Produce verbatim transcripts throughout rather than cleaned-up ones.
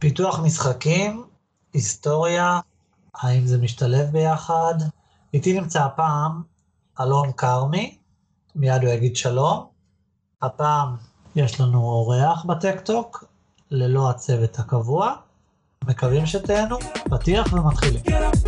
פיתוח משחקים, היסטוריה, האם זה משתלב ביחד? איתי נמצא הפעם אלון קרמי, מיד הוא יגיד שלום. הפעם יש לנו אורח בטק-טוק, ללא הצוות הקבוע. מקווים שתהנו, פתיח ומתחילים.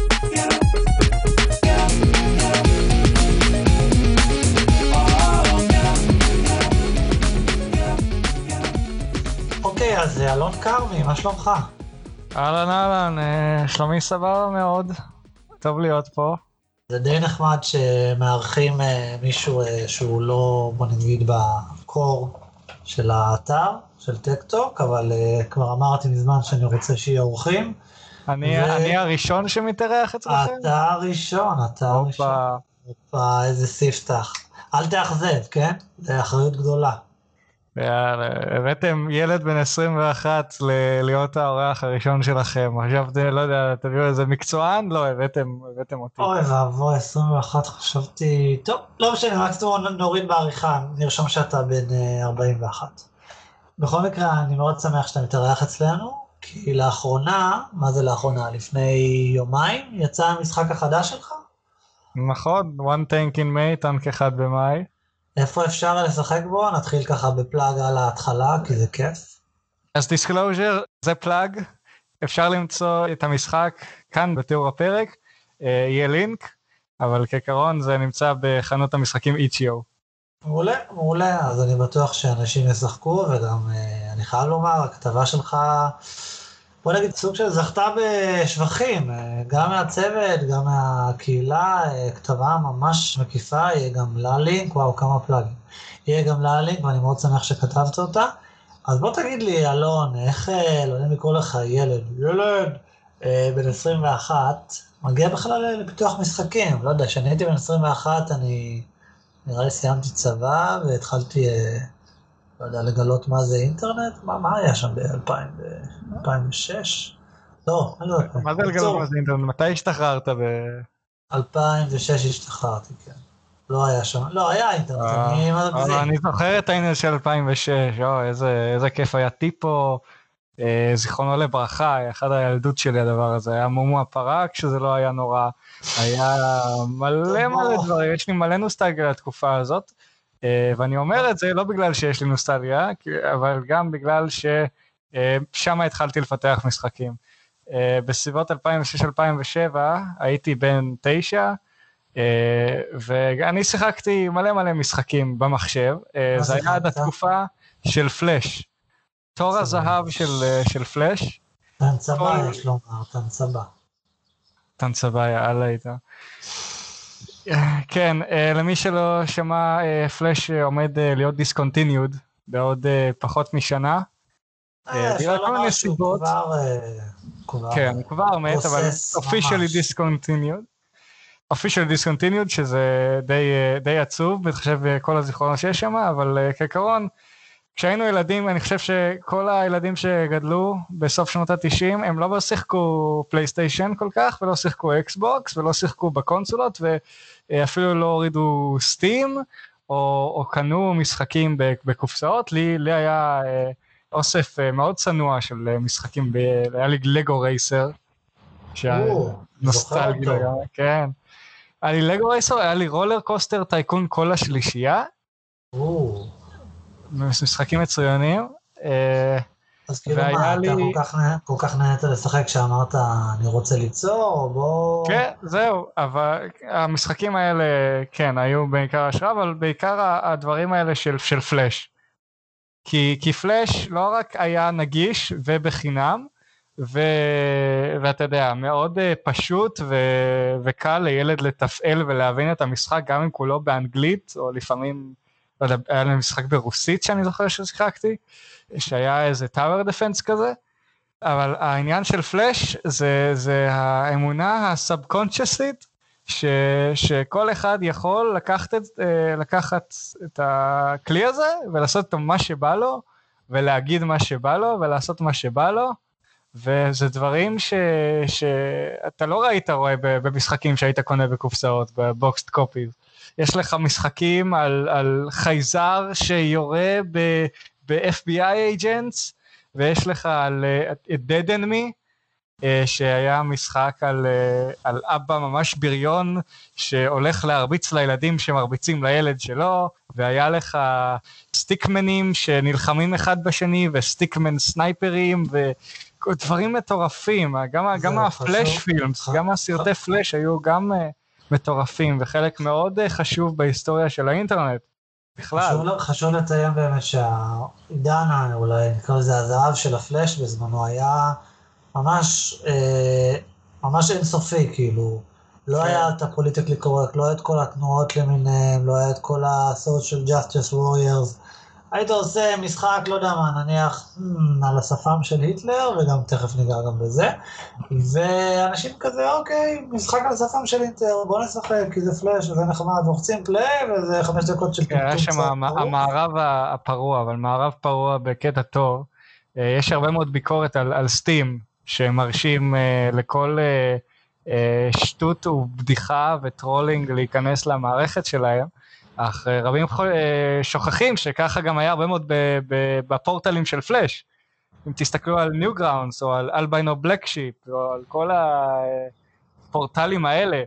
אוקיי, אז אלון קרמי, מה שלומך? אהלן אהלן, שלומי סבבה מאוד, טוב להיות פה. זה די נחמד שמארחים מישהו שהוא לא, בוא נגיד, בקור של האתר, של טק-טוק, אבל כבר אמרתי מזמן שאני רוצה שיהיה אורחים. אני, ו... אני הראשון שמתארח אצלכם? אתה הראשון, אתה הראשון. אופה, איזה ספתח. אל תאכזב, כן? זה אחריות גדולה. הבאתם ילד בן עשרים ואחת להיות האורח הראשון שלכם, עכשיו לא יודע, תביאו איזה מקצוען? לא, הבאתם, הבאתם אותי. אוי ואבוי, עשרים ואחת חשבתי, טוב, לא משנה, מקסימום נוריד בעריכה, נרשום שאתה בן ארבעים ואחת. בכל מקרה, אני מאוד שמח שאתה מתארח אצלנו, כי לאחרונה, מה זה לאחרונה? לפני יומיים יצא המשחק החדש שלך? נכון, one tank in May, טנק אחד במאי. איפה אפשר לשחק בו? נתחיל ככה בפלאג על ההתחלה, כי זה כיף. אז דיסקלוז'ר זה פלאג, אפשר למצוא את המשחק כאן בתיאור הפרק, יהיה לינק, אבל כעיקרון זה נמצא בחנות המשחקים איץ' איו. מעולה, מעולה, אז אני בטוח שאנשים ישחקו, וגם אני חייב לומר, הכתבה שלך, בוא נגיד סוג של זכתה בשבחים, גם מהצוות, גם מהקהילה, כתבה ממש מקיפה, יהיה גם לה לינק, וואו, כמה פלאגים. יהיה גם לה לינק, ואני מאוד שמח שכתבת אותה. אז בוא תגיד לי, אלון, איך, לא יודע לקרוא לך ילד, ילד, בן עשרים ואחת, מגיע בכלל לפיתוח משחקים, לא יודע, כשאני הייתי בן עשרים ואחת, אני נראה לי סיימתי צבא, והתחלתי, לא יודע, לגלות מה זה אינטרנט, מה, מה היה שם ב-אלפיים ושש? לא, אני לא יודע. מה זה לגלות מה זה אינטרנט? מתי השתחררת ב... אלפיים ושש השתחררתי, כן. לא היה שם, לא, היה אינטרנט, אני מה זה בזה. אני זוכר את העניין של אלפיים ושש, איזה כיף היה טיפו, זיכרונו לברכה, אחד הילדות שלי הדבר הזה, היה מומו הפרק שזה לא היה נורא, היה מלא מלא דברים, יש לי מלא נוסטלגיה לתקופה הזאת, ואני אומר את זה לא בגלל שיש לי נוסטלגיה, אבל גם בגלל ששם התחלתי לפתח משחקים. בסביבות אלפיים ושש אלפיים ושבע הייתי בן תשע, ואני שיחקתי מלא מלא משחקים במחשב, זה היה עד התקופה של פלאש. תור הזהב של, של פלאש. תנצבא יש לומר, תנצבא. תנצבא, יאללה איתה. כן, למי שלא שמע, פלאש עומד להיות דיסקונטיניוד בעוד פחות משנה. אפשר לומר שהוא כבר... כן, הוא כבר מת, אבל officially discontinued. officially discontinued, שזה די, די עצוב, מתחשב כל הזיכרונות שיש שם, אבל כעיקרון, כשהיינו ילדים, אני חושב שכל הילדים שגדלו בסוף שנות ה-תשעים, הם לא שיחקו פלייסטיישן כל כך, ולא שיחקו אקסבוקס, ולא שיחקו בקונסולות, ואפילו לא הורידו סטים, או, או קנו משחקים בקופסאות. לי, לי היה אוסף מאוד צנוע של משחקים, ב, היה לי לגו רייסר, נוסטלגי, כן. היה לי לגו רייסר, היה לי רולר קוסטר טייקון כל השלישייה, משחקים מצוינים. אז כאילו מה, אתה כל כך נהנית לשחק שאמרת אני רוצה ליצור, בוא... כן, זהו, אבל המשחקים האלה, כן, היו בעיקר השראה, אבל בעיקר הדברים האלה של, של פלאש. כי, כי פלאש לא רק היה נגיש ובחינם, ו, ואתה יודע, מאוד פשוט ו, וקל לילד לתפעל ולהבין את המשחק, גם אם כולו באנגלית, או לפעמים... לא יודע, היה לי משחק ברוסית שאני זוכר ששיחקתי, שהיה איזה טאוור דפנס כזה, אבל העניין של פלאש זה, זה האמונה הסאבקונצ'סית, ש, שכל אחד יכול לקחת את, לקחת את הכלי הזה, ולעשות אותו מה שבא לו, ולהגיד מה שבא לו, ולעשות מה שבא לו, וזה דברים ש, שאתה לא ראית רואה במשחקים שהיית קונה בקופסאות, בבוקסט קופיז. יש לך משחקים על, על חייזר שיורה ב, ב-אף בי איי agents, ויש לך על uh, Dead and Me, uh, שהיה משחק על, uh, על אבא ממש בריון, שהולך להרביץ לילדים שמרביצים לילד שלו, והיה לך סטיקמנים שנלחמים אחד בשני, וסטיקמן סנייפרים, ודברים מטורפים, גם, גם הפלאש פילמס, גם הסרטי פלאש היו גם uh, מטורפים, וחלק מאוד uh, חשוב בהיסטוריה של האינטרנט. בכלל. חשוב, חשוב לציין באמת שהעידן, אולי נקרא לזה הזהב של הפלאש בזמנו, היה ממש, אה, ממש אינסופי, כאילו, לא כן. היה את הפוליטיקלי קורקט, לא היה את כל התנועות למיניהם, לא היה את כל ה-social justice warriors, היית עושה משחק, לא יודע מה, נניח על השפם של היטלר, וגם תכף ניגע גם בזה, ואנשים כזה, אוקיי, משחק על השפם של היטלר, בוא נשחק, כי זה פלאש, וזה נחמד, ורוצים פליי, וזה חמש דקות של טוקטוק. היה שם המערב הפרוע, אבל מערב פרוע בקטע טוב, יש הרבה מאוד ביקורת על, על סטים, שמרשים לכל שטות ובדיחה וטרולינג להיכנס למערכת שלהם, אך רבים שוכחים שככה גם היה הרבה מאוד בפורטלים של פלאש. אם תסתכלו על Newgrounds או על אלבינו בלק שיפ או על כל הפורטלים האלה.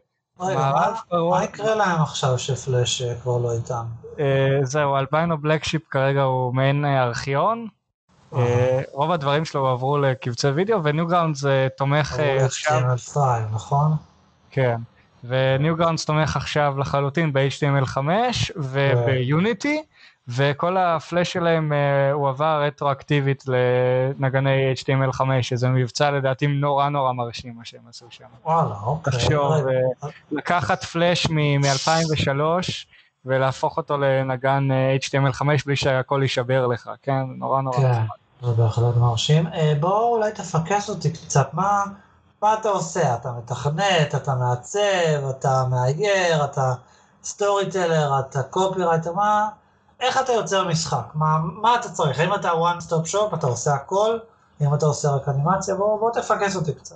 מה יקרה להם עכשיו שפלאש כבר לא איתם? זהו, אלבינו בלק שיפ כרגע הוא מעין ארכיון. רוב הדברים שלו עברו לקבצי וידאו, וניוגראונדס תומך עכשיו... נכון? כן. וניוגראונדס תומך עכשיו לחלוטין ב-אייץ' טי אם אל חמש וביוניטי, וכל הפלאש שלהם הוא עבר רטרואקטיבית לנגני אייץ' טי אם אל חמש, שזה מבצע לדעתי נורא נורא מרשים מה שהם עשו שם. וואלה, אוקיי. תחשוב, לקחת פלאש מ-אלפיים ושלוש ולהפוך אותו לנגן אייץ' טי אם אל חמש בלי שהכל יישבר לך, כן? נורא נורא. כן, זה בהחלט מרשים. בואו אולי תפקס אותי קצת, מה... מה אתה עושה? אתה מתכנת, אתה מעצב, אתה מאייר, אתה סטורי טלר, אתה קופירייטר, מה... איך אתה יוצר משחק? מה, מה אתה צריך? האם אתה one stop shop, אתה עושה הכל? אם אתה עושה רק אנימציה, בוא, בוא תפקס אותי קצת.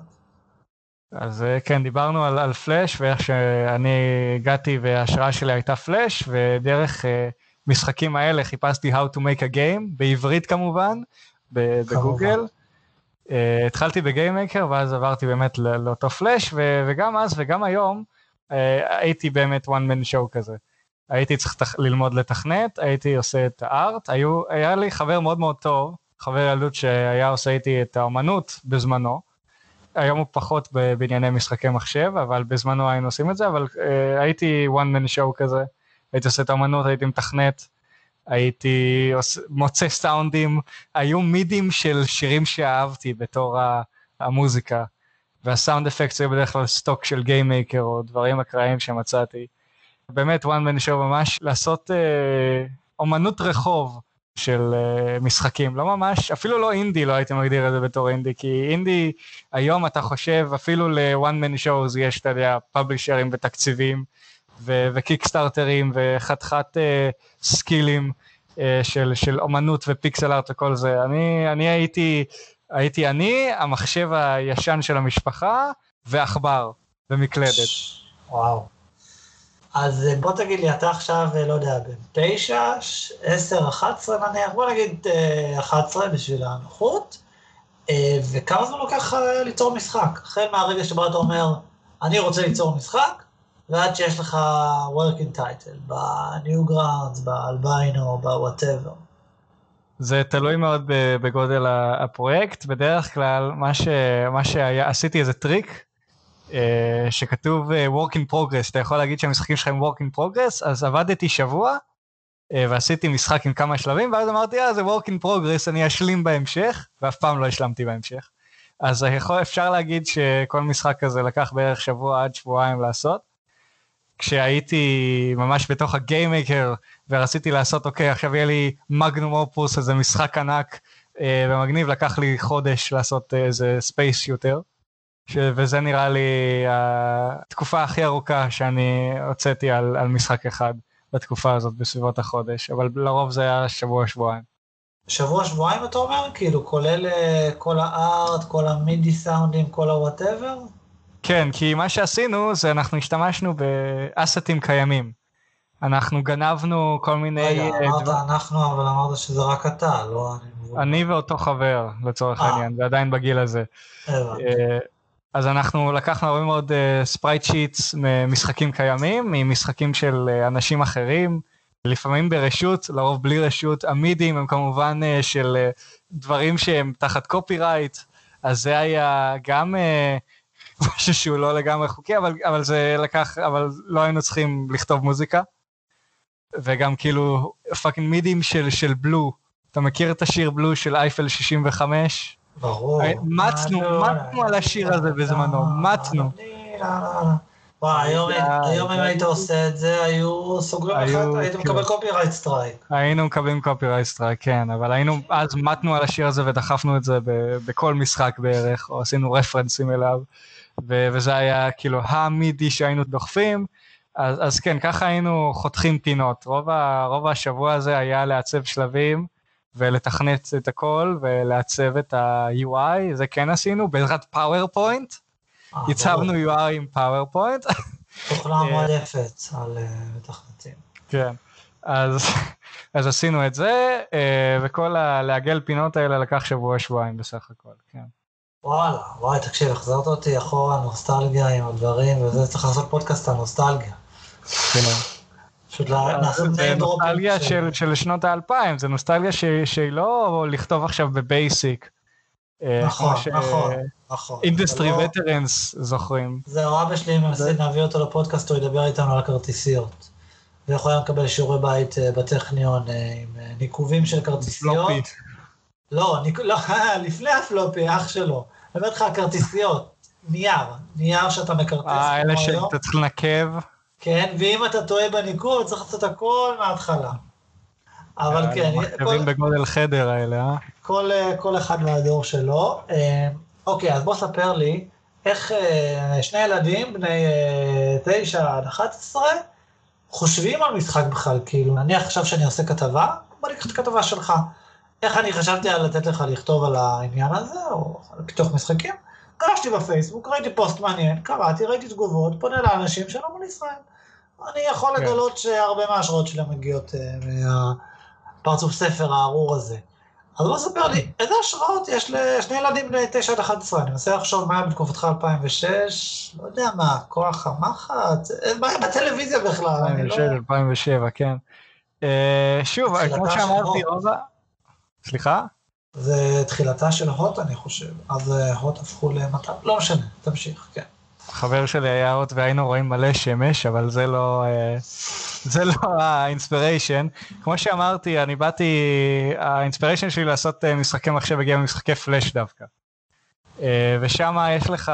אז כן, דיברנו על, על פלאש, ואיך שאני הגעתי וההשראה שלי הייתה פלאש, ודרך uh, משחקים האלה חיפשתי how to make a game, בעברית כמובן, בגוגל. Uh, התחלתי בגיימקר, ואז עברתי באמת לא, לאותו פלאש, ו- וגם אז וגם היום uh, הייתי באמת one man show כזה. הייתי צריך תח- ללמוד לתכנת, הייתי עושה את הארט, היו, היה לי חבר מאוד מאוד טוב, חבר ילדות שהיה עושה איתי את האמנות בזמנו, היום הוא פחות בענייני משחקי מחשב, אבל בזמנו היינו עושים את זה, אבל uh, הייתי one man show כזה, הייתי עושה את האמנות, הייתי מתכנת, הייתי עושה, מוצא סאונדים, היו מידים של שירים שאהבתי בתור המוזיקה, והסאונד אפקט זה בדרך כלל סטוק של גיימקר או דברים אקראיים שמצאתי. באמת one man show ממש לעשות uh, אומנות רחוב של uh, משחקים, לא ממש, אפילו לא אינדי, לא הייתי מגדיר את זה בתור אינדי, כי אינדי היום אתה חושב אפילו ל-one man shows יש, אתה יודע, פאבלישרים ותקציבים, ו- וקיקסטארטרים וחתיכת uh, סקילים uh, של, של אומנות ופיקסל ארט וכל זה. אני, אני הייתי, הייתי אני, המחשב הישן של המשפחה, ועכבר במקלדת. וואו. אז בוא תגיד לי, אתה עכשיו, לא יודע, בין תשע, עשר, אחת עשרה נניח, בוא נגיד אחת עשרה בשביל הנוחות, וכמה זמן לוקח ליצור משחק? החל מהרגע שבו אתה אומר, אני רוצה ליצור משחק, ועד שיש לך working title, ב-Newgrounds, ב-Albino, ב-whatever. זה תלוי מאוד בגודל הפרויקט, בדרך כלל מה, ש... מה שהיה, עשיתי איזה טריק, שכתוב work in progress, אתה יכול להגיד שהמשחקים שלך הם work in progress, אז עבדתי שבוע, ועשיתי משחק עם כמה שלבים, ואז אמרתי, אה, זה work in progress, אני אשלים בהמשך, ואף פעם לא השלמתי בהמשך. אז יכול, אפשר להגיד שכל משחק כזה לקח בערך שבוע עד שבועיים לעשות, כשהייתי ממש בתוך הגיימקר, ורציתי לעשות, אוקיי, עכשיו יהיה לי מגנום אופוס, איזה משחק ענק, ומגניב, לקח לי חודש לעשות איזה ספייס שוטר, וזה נראה לי התקופה הכי ארוכה שאני הוצאתי על, על משחק אחד בתקופה הזאת בסביבות החודש, אבל לרוב זה היה שבוע שבועיים. שבוע שבועיים אתה אומר? כאילו כולל כל הארט, כל המידי סאונדים, כל הוואטאבר? כן, כי מה שעשינו זה אנחנו השתמשנו באסטים קיימים. אנחנו גנבנו כל מיני... רגע, אמרת דבר... אנחנו, אבל אמרת שזה רק אתה, לא אני אני ואותו חבר, לצורך העניין, ועדיין בגיל הזה. אז אנחנו לקחנו הרבה מאוד ספרייט שיטס ממשחקים קיימים, ממשחקים של אנשים אחרים, לפעמים ברשות, לרוב בלי רשות, המידים הם כמובן של דברים שהם תחת קופירייט, אז זה היה גם משהו שהוא לא לגמרי חוקי, אבל, אבל זה לקח, אבל לא היינו צריכים לכתוב מוזיקה, וגם כאילו פאקינג מידים של, של בלו, אתה מכיר את השיר בלו של אייפל שישים וחמש? ברור. מצנו, מצנו על השיר הזה בזמנו, מצנו. וואי, היום אם היית עושה את זה, היו סוגרים לך, היית מקבל קופירייט סטרייק. היינו מקבלים קופירייט סטרייק, כן, אבל היינו, אז מתנו על השיר הזה ודחפנו את זה בכל משחק בערך, או עשינו רפרנסים אליו, וזה היה כאילו המידי שהיינו דוחפים, אז כן, ככה היינו חותכים פינות, רוב השבוע הזה היה לעצב שלבים, ולתכנת את הכל, ולעצב את ה-יו איי, זה כן עשינו, בעזרת פאורפוינט, ייצבנו יו איי עם פאורפוינט. תוכנה מועדפת על מתכנתים. כן, אז עשינו את זה, וכל לעגל פינות האלה לקח שבוע, שבועיים בסך הכל, כן. וואלה, וואי, תקשיב, החזרת אותי אחורה, נוסטלגיה עם הדברים, וזה צריך לעשות פודקאסט על נוסטלגיה. כן. זה נוסטלגיה של שנות האלפיים, זה נוסטלגיה שהיא לא לכתוב עכשיו בבייסיק. נכון, נכון, נכון. אינדסטרי וטרנס זוכרים. זהו, אבא שלי, אם נביא אותו לפודקאסט, הוא ידבר איתנו על הכרטיסיות. ויכול היה לקבל שיעורי בית בטכניון עם ניקובים של כרטיסיות. פלופי. לא, לפני הפלופי, אח שלו. אני אומר לך, הכרטיסיות, נייר, נייר שאתה מקרטס. אה, אלה שאתה צריך לנקב. כן, ואם אתה טועה בניקוב, צריך לעשות הכל מההתחלה. אבל כן. מחשבים בגודל חדר האלה, אה? כל אחד מהדור שלו. אוקיי, אז בוא ספר לי, איך שני ילדים, בני תשע עד אחת עשרה, חושבים על משחק בכלל, כאילו, נניח עכשיו שאני עושה כתבה, בוא ניקח את הכתבה שלך. איך אני חשבתי על לתת לך לכתוב על העניין הזה, או על פיתוח משחקים? קראתי בפייסבוק, ראיתי פוסט מעניין, קראתי, ראיתי תגובות, פונה לאנשים שלא מלישראל. אני יכול לגלות שהרבה מההשראות שלה מגיעות מהפרצוף ספר הארור הזה. אז בוא ספר לי, איזה השראות יש לשני ילדים בני תשע עד אחת עשרה? אני מנסה לחשוב מה היה בתקופתך אלפיים ושש, לא יודע מה, כוח המחץ, מה היה בטלוויזיה בכלל? אלפיים ושש, אלפיים ושבע, כן. שוב, כמו שאמרתי, רובה... סליחה? זה תחילתה של הוט, אני חושב. אז הוט הפכו למטה, לא משנה, תמשיך, כן. חבר שלי היה הוט והיינו רואים מלא שמש, אבל זה לא, זה לא האינספיריישן. כמו שאמרתי, אני באתי, האינספיריישן שלי לעשות משחקי מחשב הגיע ממשחקי פלאש דווקא. ושם יש לך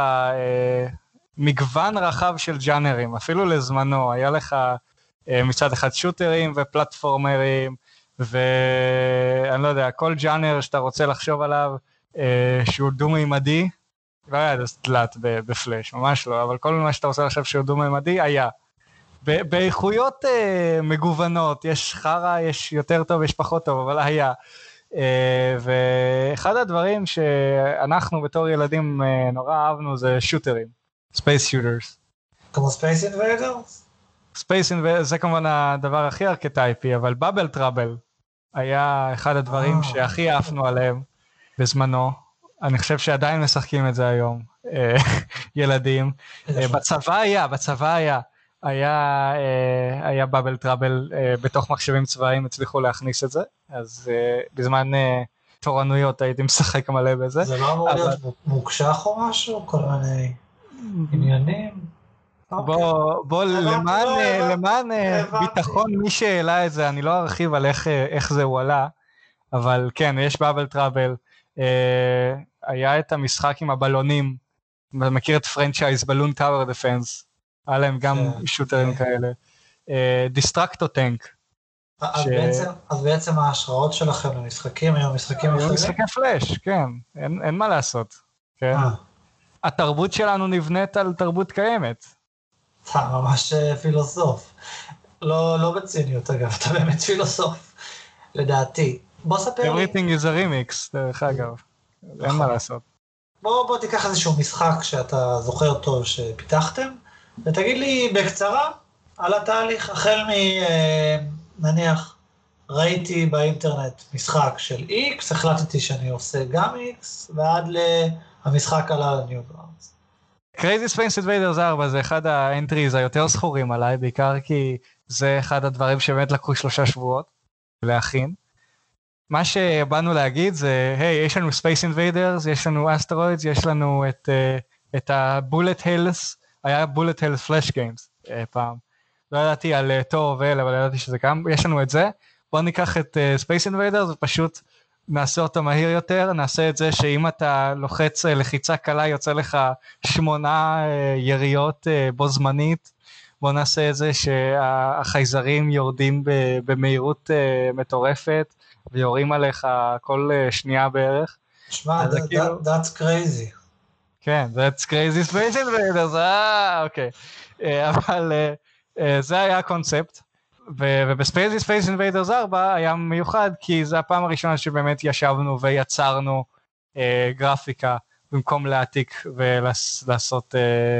מגוון רחב של ג'אנרים, אפילו לזמנו, היה לך מצד אחד שוטרים ופלטפורמרים, ואני לא יודע, כל ג'אנר שאתה רוצה לחשוב עליו, שהוא דו-מימדי, לא היה תלת בפלאש, ממש לא, אבל כל מה שאתה רוצה לחשוב שהוא דו-מימדי, היה. באיכויות מגוונות, יש חרה, יש יותר טוב, יש פחות טוב, אבל היה. ואחד הדברים שאנחנו בתור ילדים נורא אהבנו, זה שוטרים, ספייס שוטרס. כמו ספייס אינביידרס? ספייס אינביידרס, זה כמובן הדבר הכי ארכטייפי, אבל בבל טראבל היה אחד הדברים שהכי אהבנו עליהם בזמנו. אני חושב שעדיין משחקים את זה היום, ילדים. בצבא היה, בצבא היה, היה, היה בבל טראבל בתוך מחשבים צבאיים, הצליחו להכניס את זה, אז בזמן תורנויות הייתי משחק מלא בזה. זה לא אמור להיות מוקשח או משהו? כל מיני עניינים? בוא, בוא, למען, למען ביטחון, מי שאלה את זה, אני לא ארחיב על איך, איך זה הוא עלה, אבל כן, יש בבל טראבל, היה את המשחק עם הבלונים, מכיר את פרנצ'ייז, בלון טאוור דפנס, היה להם גם שוטרים כאלה, דיסטרקטו טנק. אז בעצם ההשראות שלכם למשחקים, היום משחקים אחרים? משחקי פלאש, כן, אין מה לעשות. התרבות שלנו נבנית על תרבות קיימת. אתה ממש פילוסוף. לא בציניות אגב, אתה באמת פילוסוף, לדעתי. בוא ספר לי. Everything is a remix, דרך אגב. אין מה לעשות. בוא תיקח איזשהו משחק שאתה זוכר טוב שפיתחתם, ותגיד לי בקצרה על התהליך, החל מ... נניח, ראיתי באינטרנט משחק של X, החלטתי שאני עושה גם X, ועד להמשחק עלה לניוגראונדס. Crazy Space Invaders ארבע זה אחד האנטריז היותר זכורים עליי, בעיקר כי זה אחד הדברים שבאמת לקחו שלושה שבועות להכין. מה שבאנו להגיד זה, היי, יש לנו Space Invaders, יש לנו Asteroids, יש לנו את, את ה-Bullet Hells, היה Bullet Hells Flash Games פעם. לא ידעתי על תור ואלה, אבל ידעתי שזה גם, יש לנו את זה. בואו ניקח את Space Invaders ופשוט נעשה אותו מהיר יותר, נעשה את זה שאם אתה לוחץ לחיצה קלה יוצא לך שמונה יריות בו זמנית, בואו נעשה את זה שהחייזרים יורדים במהירות מטורפת, ויורים עליך כל שנייה בערך. שמע, that, כאילו... that, that's crazy. כן, that's crazy Space Invaders, אה, אוקיי. אבל זה היה הקונספט. ובספייס ספייס אינביידרס ארבע היה מיוחד כי זה הפעם הראשונה שבאמת ישבנו ויצרנו אה, גרפיקה במקום להעתיק ולעשות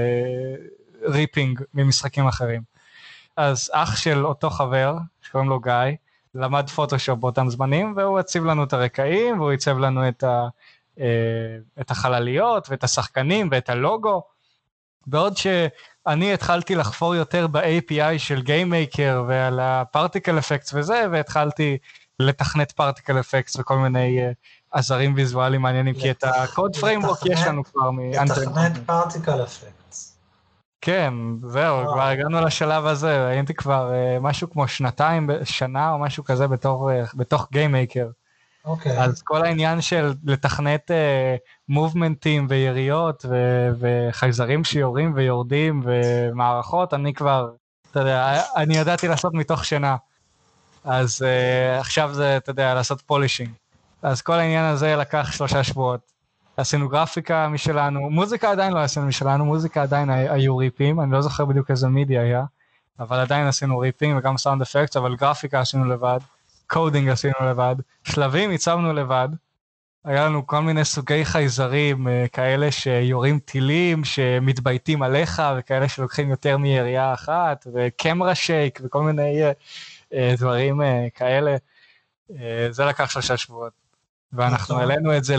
אה, ריפינג ממשחקים אחרים. אז אח של אותו חבר שקוראים לו גיא למד פוטושופ באותם זמנים והוא הציב לנו את הרקעים והוא ייצב לנו את, ה, אה, את החלליות ואת השחקנים ואת הלוגו, בעוד ש... אני התחלתי לחפור יותר ב-איי פי איי של GameMaker ועל ה-Particle Effects וזה, והתחלתי לתכנת Particle Effects וכל מיני uh, עזרים ויזואליים מעניינים, לתכ... כי את ה-Code Framework יש לנו כבר לתכנת Particle Effects. כן, זהו, כבר הגענו לשלב הזה, הייתי כבר uh, משהו כמו שנתיים, שנה או משהו כזה בתור, uh, בתוך GameMaker. אוקיי. אז כל העניין של לתכנת מובמנטים ויריות וחייזרים שיורים ויורדים ומערכות, אני כבר, אתה יודע, אני ידעתי לעשות מתוך שינה. אז uh, עכשיו זה, אתה יודע, לעשות פולישינג. אז כל העניין הזה לקח שלושה שבועות. עשינו גרפיקה משלנו, מוזיקה עדיין לא עשינו משלנו, מוזיקה עדיין היו ריפים, אני לא זוכר בדיוק איזה מידי היה, אבל עדיין עשינו ריפים וגם סאונד אפקט, אבל גרפיקה עשינו לבד. קודינג עשינו לבד, שלבים הצבנו לבד, היה לנו כל מיני סוגי חייזרים, כאלה שיורים טילים, שמתבייתים עליך, וכאלה שלוקחים יותר מירייה אחת, וקמרה שייק, וכל מיני אה, דברים אה, כאלה, אה, זה לקח שלושה שבועות. ואנחנו העלינו את זה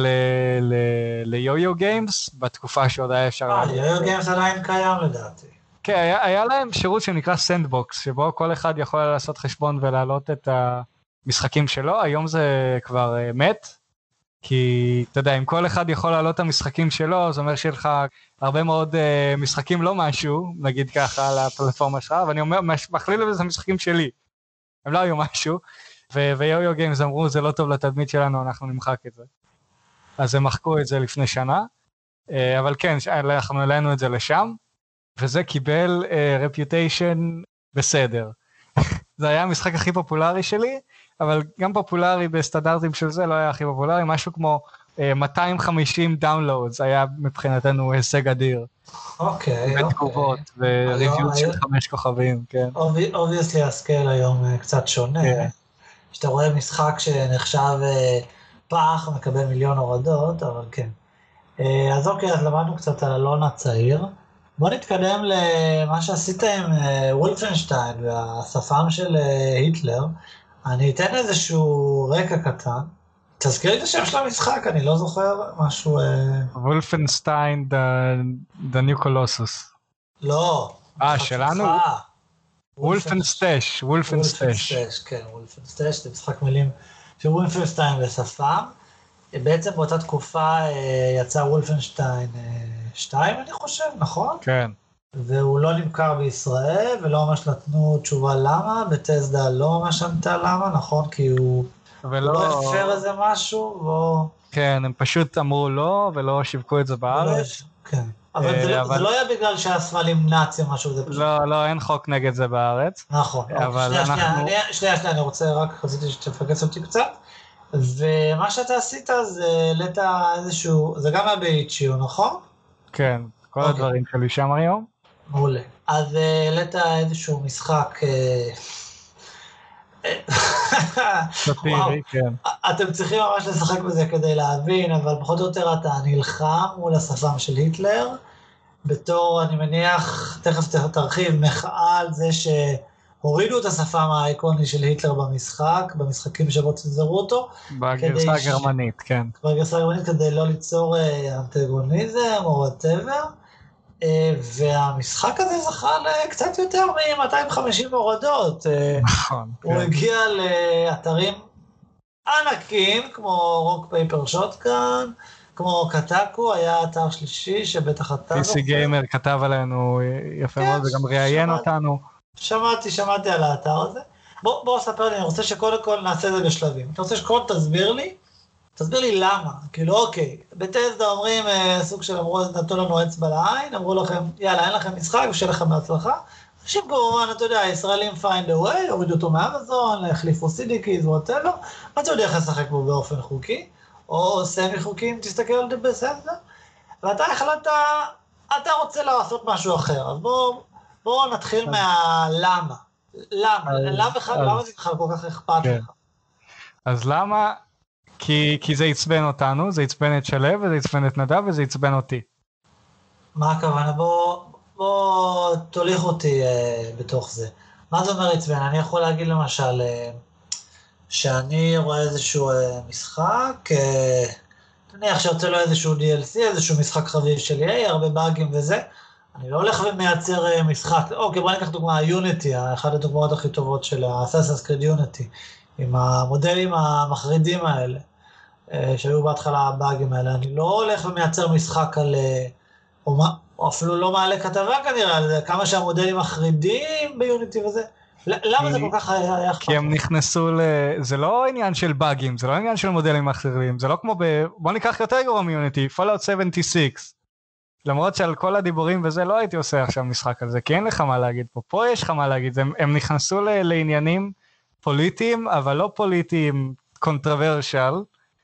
ליו-יו גיימס, בתקופה שעוד היה אפשר... אה, יו-יו גיימס עדיין קיים לדעתי. כן, היה, היה להם שירות שנקרא סנדבוקס, שבו כל אחד יכול לעשות חשבון ולהעלות את ה... משחקים שלו, היום זה כבר uh, מת, כי אתה יודע, אם כל אחד יכול לעלות את המשחקים שלו, זה אומר שיהיה לך הרבה מאוד uh, משחקים לא משהו, נגיד ככה על הפלטפורמה שלך, ואני אומר, מכליל לזה משחקים שלי, הם לא היו משהו, ויו-יו גיימס אמרו, זה לא טוב לתדמית שלנו, אנחנו נמחק את זה. אז הם מחקו את זה לפני שנה, uh, אבל כן, אנחנו העלינו את זה לשם, וזה קיבל רפיוטיישן uh, בסדר. זה היה המשחק הכי פופולרי שלי, אבל גם פופולרי בסטנדרטים של זה לא היה הכי פופולרי, משהו כמו אה, מאתיים וחמישים דאונלודס היה מבחינתנו הישג אדיר. אוקיי, בתגובות, וריוויוז של חמש כוכבים, כן. אובייסלי הסקייל היום קצת שונה. כשאתה רואה משחק שנחשב פח, מקבל מיליון הורדות, אבל כן. אז אוקיי, אז למדנו קצת על אלון הצעיר. בוא נתקדם למה שעשית עם וולפנשטיין והשפם של היטלר. אני אתן איזשהו רקע קטן. תזכיר לי את השם של המשחק, אני לא זוכר משהו... וולפנשטיין, the new colossus. לא. אה, שלנו? וולפנסטש, וולפנסטש. כן, וולפנסטש, זה משחק מילים של וולפנשטיין ושפם. בעצם באותה תקופה יצא וולפנשטיין שתיים, אני חושב, נכון? כן. והוא לא נמכר בישראל, ולא ממש נתנו תשובה למה, בטסדה לא ממש ענתה למה, נכון? כי הוא לא אפשר איזה משהו, והוא... כן, הם פשוט אמרו לא, ולא שיווקו את זה בארץ. כן, אבל זה לא היה בגלל שהסמלים נאצי או משהו, זה פשוט... לא, לא, אין חוק נגד זה בארץ. נכון. שנייה, שנייה, שנייה, אני רוצה, רק רציתי שתפגץ אותי קצת, ומה שאתה עשית זה העלית איזשהו, זה גם היה ב-איץ' יו, נכון? כן, כל הדברים שלי שם היום. מעולה. אז העלית איזשהו משחק... סאטירי, כן. אתם צריכים ממש לשחק בזה כדי להבין, אבל פחות או יותר אתה נלחם מול השפם של היטלר, בתור, אני מניח, תכף תרחיב, מחאה על זה הורידו את השפם האיקוני של היטלר במשחק, במשחקים שבו צנזרו אותו. בגרסה הגרמנית, כן. בגרסה הגרמנית כדי לא ליצור אנטגוניזם או whatever, והמשחק הזה זכה לקצת יותר מ-מאתיים וחמישים הורדות. נכון. הוא הגיע לאתרים ענקים, כמו רוק פייפר שוטגן, כמו קטקו, היה אתר שלישי שבטח אתה... פי סי גיימר כתב עלינו יפה מאוד וגם ראיין אותנו. שמעתי, שמעתי על האתר הזה. בוא, בוא ספר לי, אני רוצה שקודם כל נעשה את זה בשלבים. אתה רוצה שקודם תסביר לי, תסביר לי למה. כאילו, אוקיי, בטסדה אומרים, סוג של אמרו, נתנו לנו אצבע לעין, אמרו לכם, יאללה, אין לכם משחק, ושיהיה לכם בהצלחה. אנשים כמובן, אתה יודע, ישראלים find a way, הורידו אותו מאמזון, החליפו סידיקיז, whatever, ואתה יודע איך לשחק בו באופן חוקי, או סמי חוקי, אם תסתכל על זה בסדר, ואתה החלטת, אתה רוצה לעשות משהו אחר, אז בואו בוא נתחיל מהלמה. למה? למה זה בכלל כל כך אכפת לך? אז למה? כי, כי זה יצבן אותנו, זה יצבן את שלב, וזה יצבן את נדב, וזה יצבן אותי. מה הכוונה? בוא, בוא תוליך אותי אה, בתוך זה. מה זה אומר יצבן? אני יכול להגיד למשל, אה, שאני רואה איזשהו אה, משחק, אה, נניח שיוצא לו איזשהו די אל סי, איזשהו משחק חביב של E A, הרבה באגים וזה, אני לא הולך ומייצר אה, משחק, אוקיי, בוא ניקח דוגמה, יוניטי, אחת הדוגמאות הכי טובות של ה-Assassin's Creed יוניטי, עם המודלים המחרידים האלה. שהיו בהתחלה הבאגים האלה, אני לא הולך ומייצר משחק על, או, או אפילו לא מעלה כתבה כנראה, על כמה שהמודלים מחרידים ביוניטי וזה, למה זה כל כך היה אכפת? כי הם נכנסו ל... זה לא עניין של באגים, זה לא עניין של מודלים אחרים, זה לא כמו ב... בוא ניקח יותר גרוע מיוניטי, Fallout שבעים ושש, למרות שעל כל הדיבורים וזה לא הייתי עושה עכשיו משחק על זה, כי אין לך מה להגיד פה, פה יש לך מה להגיד, הם, הם נכנסו ל... לעניינים פוליטיים, אבל לא פוליטיים קונטרוורשל,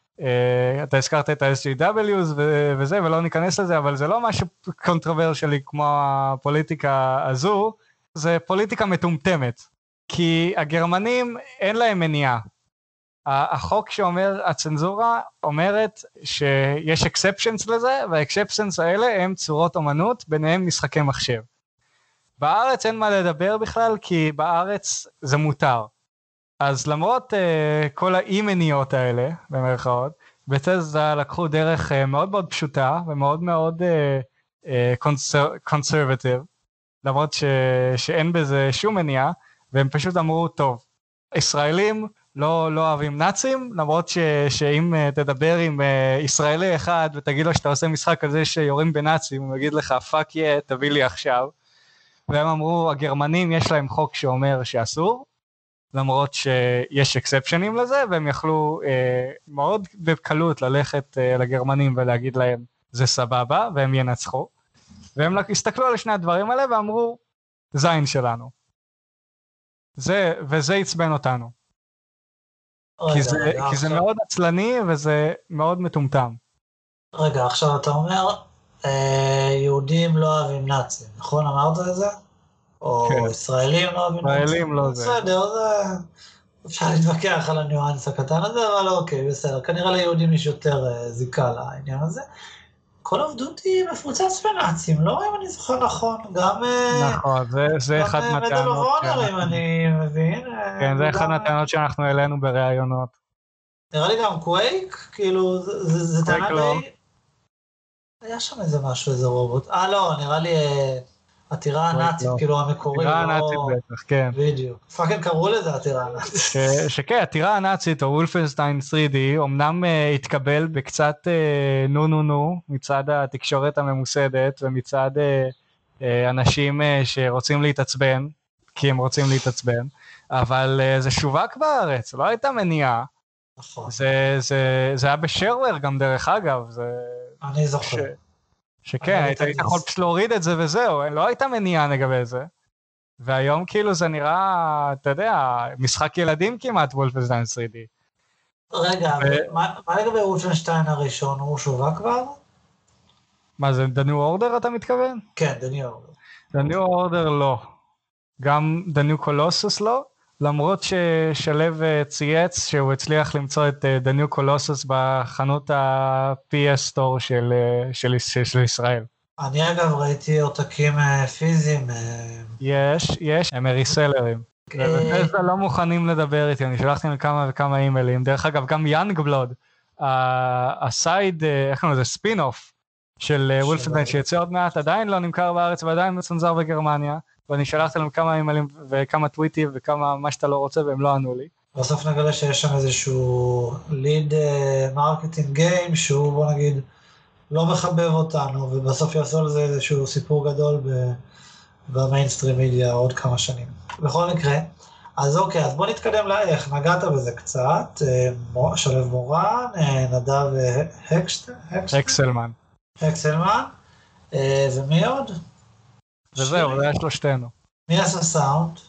Uh, אתה הזכרת את ה-אס ג'י דאבליו ו- וזה, ולא ניכנס לזה, אבל זה לא משהו קונטרוברשלי כמו הפוליטיקה הזו, זה פוליטיקה מטומטמת, כי הגרמנים אין להם מניעה. החוק שאומר, הצנזורה אומרת שיש exceptions לזה, וה-exceptions האלה הם צורות אומנות, ביניהם משחקי מחשב. בארץ אין מה לדבר בכלל, כי בארץ זה מותר. אז למרות uh, כל האי-מניות האלה, במרכאות, בטסדה לקחו דרך uh, מאוד מאוד פשוטה, ומאוד מאוד uh, uh, conservative, למרות ש, שאין בזה שום מניעה, והם פשוט אמרו, טוב, ישראלים לא, לא אוהבים נאצים, למרות ש, שאם uh, תדבר עם uh, ישראלי אחד, ותגיד לו שאתה עושה משחק על זה שיורים בנאצים, הוא יגיד לך, פאק יא, תביא לי עכשיו, והם אמרו, הגרמנים יש להם חוק שאומר שאסור, למרות שיש אקספשנים לזה, והם יכלו אה, מאוד בקלות ללכת אה, לגרמנים ולהגיד להם, זה סבבה, והם ינצחו. והם הסתכלו על שני הדברים האלה ואמרו, זין שלנו. זה, וזה יצבן אותנו. רגע, כי, זה, רגע, כי עכשיו... זה מאוד עצלני וזה מאוד מטומטם. רגע, עכשיו אתה אומר, אה, יהודים לא אוהבים נאצים, נכון? אמרת את זה? או כן. ישראלים לא אוהבים נאצים? ישראלים לא זה. בסדר, זה... אפשר להתווכח על הניואנס הקטן הזה, אבל אוקיי, בסדר. כנראה ליהודים יש יותר uh, זיקה לעניין הזה. כל עובדות היא מפוצץ בנאצים, לא אם אני זוכר נכון, גם... נכון, זה, זה אחד מהטענות. גם מדל אובונר, אם אני מבין. כן, זה אחד מהטענות שאנחנו העלינו בראיונות. נראה לי גם קווייק, כאילו, זה, זה טענה די... היה שם איזה משהו, איזה רובוט. אה, לא, נראה לי... עתירה הנאצית, כאילו המקורי. עתירה הנאצית בטח, כן. בדיוק. פאקינג קראו לזה עתירה הנאצית. שכן, עתירה הנאצית או וולפנשטיין תרי די, אמנם התקבל בקצת נו נו נו, מצד התקשורת הממוסדת, ומצד אנשים שרוצים להתעצבן, כי הם רוצים להתעצבן, אבל זה שווק בארץ, לא הייתה מניעה. נכון. זה היה בשרוור גם דרך אגב. אני זוכר. שכן, היית יכול פשוט להוריד את זה וזהו, לא הייתה מניעה לגבי זה. והיום כאילו זה נראה, אתה יודע, משחק ילדים כמעט וולפנשטיין תרי די. רגע, מה לגבי וולפנשטיין הראשון, הוא שווק כבר? מה זה, The New Order אתה מתכוון? כן, The New Order. The New Order לא. גם The New Colossus לא, למרות ששלב צייץ שהוא הצליח למצוא את The New Colossus בחנות ה-פי אס Store של, של, של, של ישראל. אני אגב ראיתי עותקים פיזיים. יש, יש, הם ריסלרים. ובפסדה לא מוכנים לדבר איתי, אני שלחתי להם כמה וכמה אימיילים, דרך אגב גם יאנגבלוד, הסייד, איך קוראים לזה, ספין אוף של וולפנשטיין שיצא עוד מעט, עדיין לא נמכר בארץ ועדיין מצונזר בגרמניה, ואני שלחתי להם כמה אימיילים וכמה טוויטים וכמה מה שאתה לא רוצה והם לא ענו לי. בסוף נגלה שיש שם איזשהו ליד מרקטינג גיים שהוא בוא נגיד לא מחבב אותנו, ובסוף יעשו על זה איזשהו סיפור גדול במיינסטרים מידיה עוד כמה שנים. בכל מקרה, אז אוקיי, אז בוא נתקדם לאיך, נגעת בזה קצת, שלב מורן, נדב הקסלמן. הקסלמן, ומי עוד? וזהו, זה היה שלושתנו. מי עשה סאונד?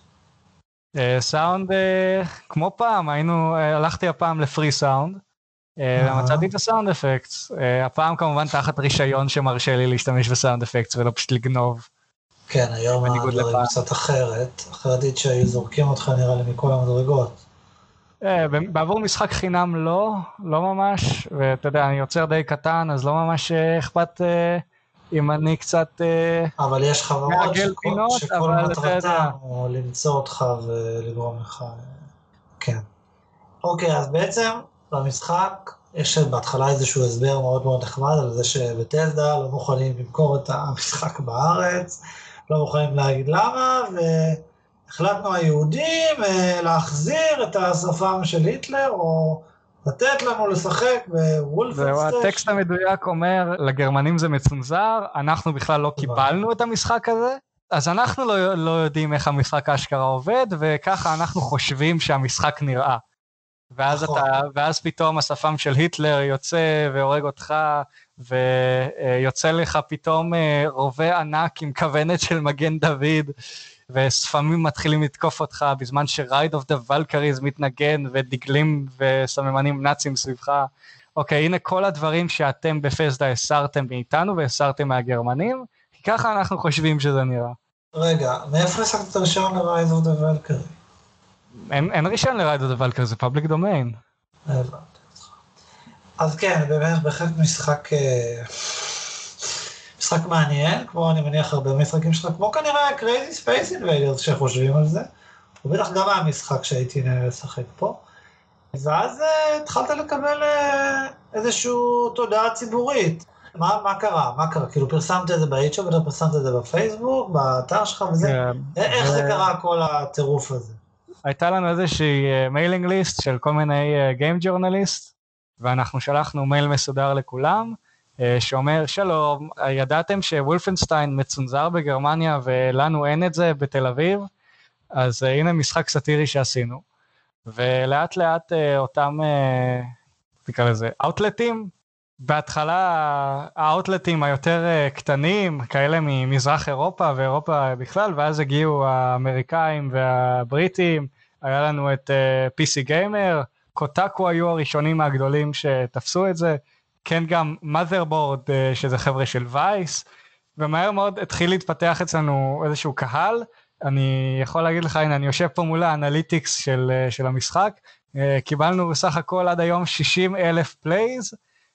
סאונד, כמו פעם, היינו, הלכתי הפעם לפרי סאונד, ומצאתי את הסאונד אפקטס, הפעם כמובן תחת רישיון שמרשה לי להשתמש בסאונד אפקטס ולא פשוט לגנוב. כן, היום הדברים קצת אחרת, אחרת שהיו זורקים אותך נראה לי מכל המדרגות. בעבור משחק חינם לא, לא ממש, ואתה יודע, אני יוצר די קטן, אז לא ממש אכפת אם אני קצת אבל יש חברות שכל מטרתם הוא למצוא אותך ולגרום לך, כן. אוקיי, אז בעצם במשחק יש בהתחלה איזשהו הסבר מאוד מאוד נחמד על זה שבתסדה לא מוכנים למכור את המשחק בארץ, לא מוכנים להגיד למה, והחלטנו היהודים להחזיר את השפם של היטלר, או לתת לנו לשחק בוולפנשטיין. הטקסט המדויק אומר, לגרמנים זה מצונזר, אנחנו בכלל לא קיבלנו את המשחק הזה, אז אנחנו לא, לא יודעים איך המשחק האשכרה עובד, וככה אנחנו חושבים שהמשחק נראה. ואז, אתה, ואז פתאום השפם של היטלר יוצא והורג אותך, ויוצא לך פתאום רובה ענק עם כוונת של מגן דוד, וספמים מתחילים לתקוף אותך, בזמן ש-Ride of the Valkyries מתנגן, ודגלים וסממנים נאצים סביבך. אוקיי, הנה כל הדברים שאתם בפסדה הסרתם מאיתנו, והסרתם מהגרמנים, כי ככה אנחנו חושבים שזה נראה. רגע, מאיפה הסרת את הראשון ל-Ride of the Valkyries? אין, אין רישיון ל-Ride of the Valkyries, זה פאבליק דומיין. אז כן, באמת בהחלט משחק, משחק מעניין, כמו אני מניח הרבה משחקים שלך, כמו כנראה Crazy Space Invaders שחושבים על זה, ובטח גם המשחק שהייתי נהנה לשחק פה, ואז התחלת לקבל איזושהי תודעה ציבורית. מה, מה קרה? מה קרה? כאילו פרסמת את זה באיצ'ו, ואתה פרסמת את זה בפייסבוק, באתר שלך וזה, איך זה קרה כל הטירוף הזה? הייתה לנו איזושהי מיילינג ליסט של כל מיני גיים ג'ורנליסט, ואנחנו שלחנו מייל מסודר לכולם, שאומר, שלום, ידעתם שוולפנשטיין מצונזר בגרמניה, ולנו אין את זה בתל אביב, אז הנה משחק סאטירי שעשינו, ולאט לאט אותם, תקרא לזה, אאוטלטים, בהתחלה האאוטלטים היותר קטנים, כאלה ממזרח אירופה ואירופה בכלל, ואז הגיעו האמריקאים והבריטים, היה לנו את פי סי Gamer, קוטאקו היו הראשונים הגדולים שתפסו את זה, כן גם Motherboard שזה חבר'ה של וייס, ומהר מאוד התחיל להתפתח אצלנו איזשהו קהל, אני יכול להגיד לך, הנה אני יושב פה מול האנליטיקס של, של המשחק, קיבלנו בסך הכל עד היום שישים אלף פלייז,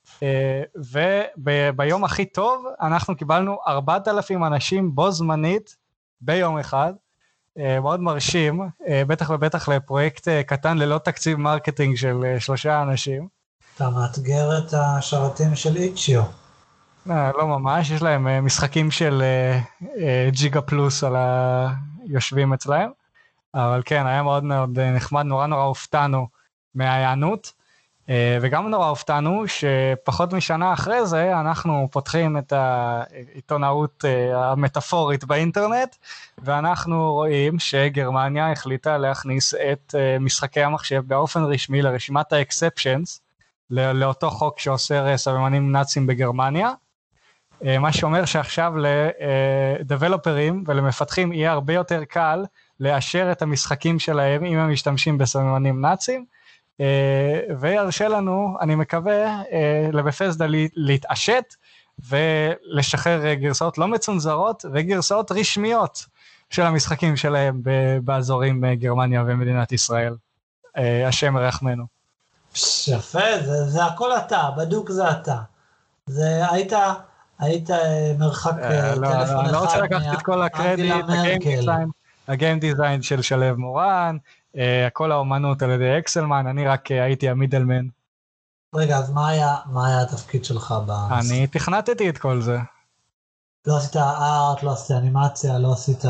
וביום הכי טוב אנחנו קיבלנו ארבעת אלפים אנשים בו זמנית ביום אחד, מאוד מרשים, בטח ובטח לפרויקט קטן ללא תקציב מרקטינג של שלושה אנשים. אתה מאתגר את השרתים של איצ'יו. לא ממש, יש להם משחקים של ג'יגה פלוס על היושבים אצלהם, אבל כן, היה מאוד מאוד נחמד, נורא נורא הופתענו מההיענות, וגם נורא הופתענו שפחות משנה אחרי זה אנחנו פותחים את העיתונאות המטאפורית באינטרנט, ואנחנו רואים שגרמניה החליטה להכניס את משחקי המחשב באופן רשמי לרשימת האקספשנס, לאותו חוק שאוסר סממנים נאצים בגרמניה, מה שאומר שעכשיו לדבלופרים ולמפתחים יהיה הרבה יותר קל לאשר את המשחקים שלהם אם הם משתמשים בסממנים נאצים, וירשה לנו, אני מקווה, לבפסדה להתעשת ולשחרר גרסאות לא מצונזרות וגרסאות רשמיות של המשחקים שלהם באזורים גרמניה ומדינת ישראל. השם רחמנו. יפה, זה, זה הכל אתה, בדוק זה אתה. זה היית, היית מרחק טלפון אחד. אני לא רוצה לקחת את כל הקרדיט, הגיים דיזיין. הגיים דיזיין של שלב מורן, כל האומנות על ידי אקסלמן, אני רק הייתי המידלמן. רגע, אז מה היה, מה היה התפקיד שלך במשחק? אני תכנתתי את כל זה. לא עשית ארט, לא עשית אנימציה, לא עשית,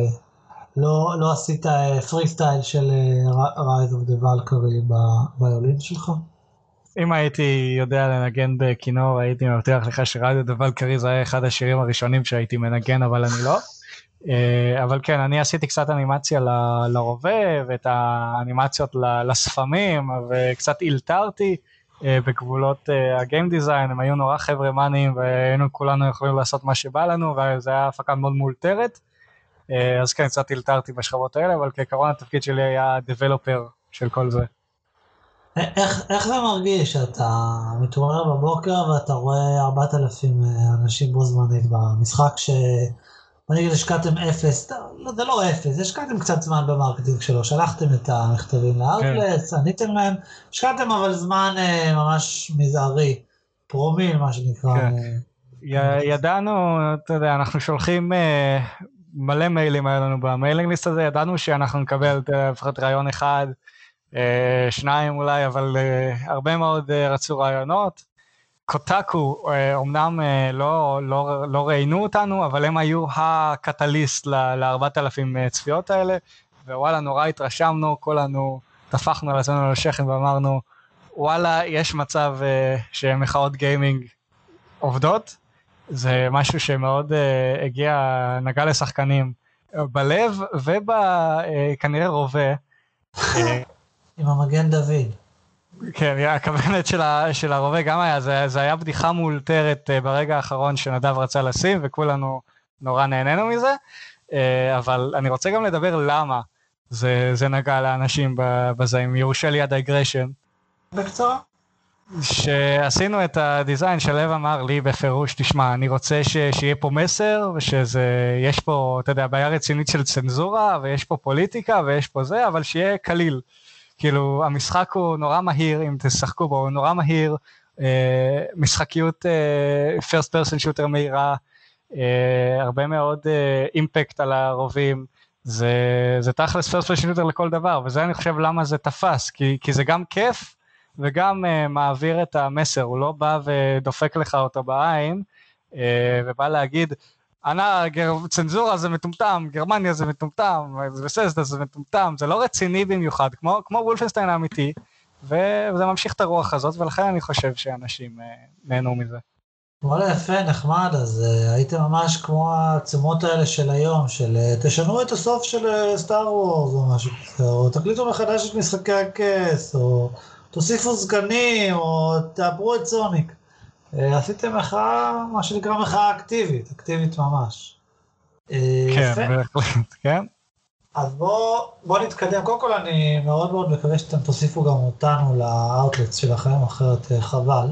לא, לא עשית פרי סטייל של Rise of the Valkyrie בוויולין שלך? אם הייתי יודע לנגן בכינור, הייתי מבטיח לך ש-Rise of the Valkyrie זה היה אחד השירים הראשונים שהייתי מנגן, אבל אני לא. אבל כן, אני עשיתי קצת אנימציה ל- לרובה, ואת האנימציות ל- לספמים, וקצת אילתרתי בגבולות הגיים דיזיין, הם היו נורא חבר'ה מאניים, והיינו כולנו יכולים לעשות מה שבא לנו, וזה היה הפקה מאוד מאולתרת, אז כן, קצת אילתרתי בשכבות האלה, אבל כעקרון התפקיד שלי היה דבלופר של כל זה. איך, איך זה מרגיש שאתה מתעורר בבוקר ואתה רואה ארבעת אלפים אנשים בו זמנית במשחק ש... בוא נגיד, השקעתם אפס, זה לא אפס, השקעתם קצת זמן במרקטינג שלו, שלחתם את המכתבים לארטלס, עניתם להם, השקעתם אבל זמן ממש מזערי, פרומיל מה שנקרא. ידענו, אתה יודע, אנחנו שולחים מלא מיילים היה לנו במיילינג ליסט הזה, ידענו שאנחנו נקבל לפחות רעיון אחד, שניים אולי, אבל הרבה מאוד רצו רעיונות. קוטאקו, אומנם לא, לא, לא ראינו אותנו, אבל הם היו הקטליסט ל-ארבעת אלפים צפיות האלה, ווואלה, נורא התרשמנו, כולנו טפחנו על עצמנו לשכם ואמרנו, וואלה, יש מצב שמחאות גיימינג עובדות, זה משהו שמאוד הגיע, נגע לשחקנים בלב, וכנראה רובה. עם המגן דוד. כן, הכוונת של, ה, של הרובה גם היה, זה, זה היה בדיחה מאולתרת ברגע האחרון שנדב רצה לשים, וכולנו נורא נהנינו מזה, אבל אני רוצה גם לדבר למה זה, זה נגע לאנשים בזה, אם יורשה לי הדיגרשן. בקצרה. שעשינו את הדיזיין, שלב אמר לי בפירוש, תשמע, אני רוצה ש, שיהיה פה מסר, ושיש פה, אתה יודע, בעיה רצינית של צנזורה, ויש פה פוליטיקה, ויש פה זה, אבל שיהיה קליל. כאילו, המשחק הוא נורא מהיר, אם תשחקו בו, הוא נורא מהיר, אה, משחקיות אה, first person shooter מהירה, אה, הרבה מאוד אה, אימפקט על הרובים, זה, זה תכלס first person shooter לכל דבר, וזה אני חושב למה זה תפס, כי, כי זה גם כיף, וגם אה, מעביר את המסר, הוא לא בא ודופק לך אותו בעין, אה, ובא להגיד, ענה, צנזורה זה מטומטם, גרמניה זה מטומטם, וססדה זה מטומטם, זה לא רציני במיוחד, כמו, כמו וולפנשטיין האמיתי, וזה ממשיך את הרוח הזאת, ולכן אני חושב שאנשים נהנו מזה. וואלה יפה, נחמד, אז הייתם ממש כמו העצומות האלה של היום, של תשנו את הסוף של סטאר וורס או משהו כזה, או תקליטו מחדש את משחקי הכס, או תוסיפו סגנים, או תעברו את סוניק. עשיתם מחאה, מה שנקרא מחאה אקטיבית, אקטיבית ממש. כן, בהחלט, כן. אז בואו בוא נתקדם, קודם כל אני מאוד מאוד מקווה שאתם תוסיפו גם אותנו לאוטלטס שלכם, אחרת חבל,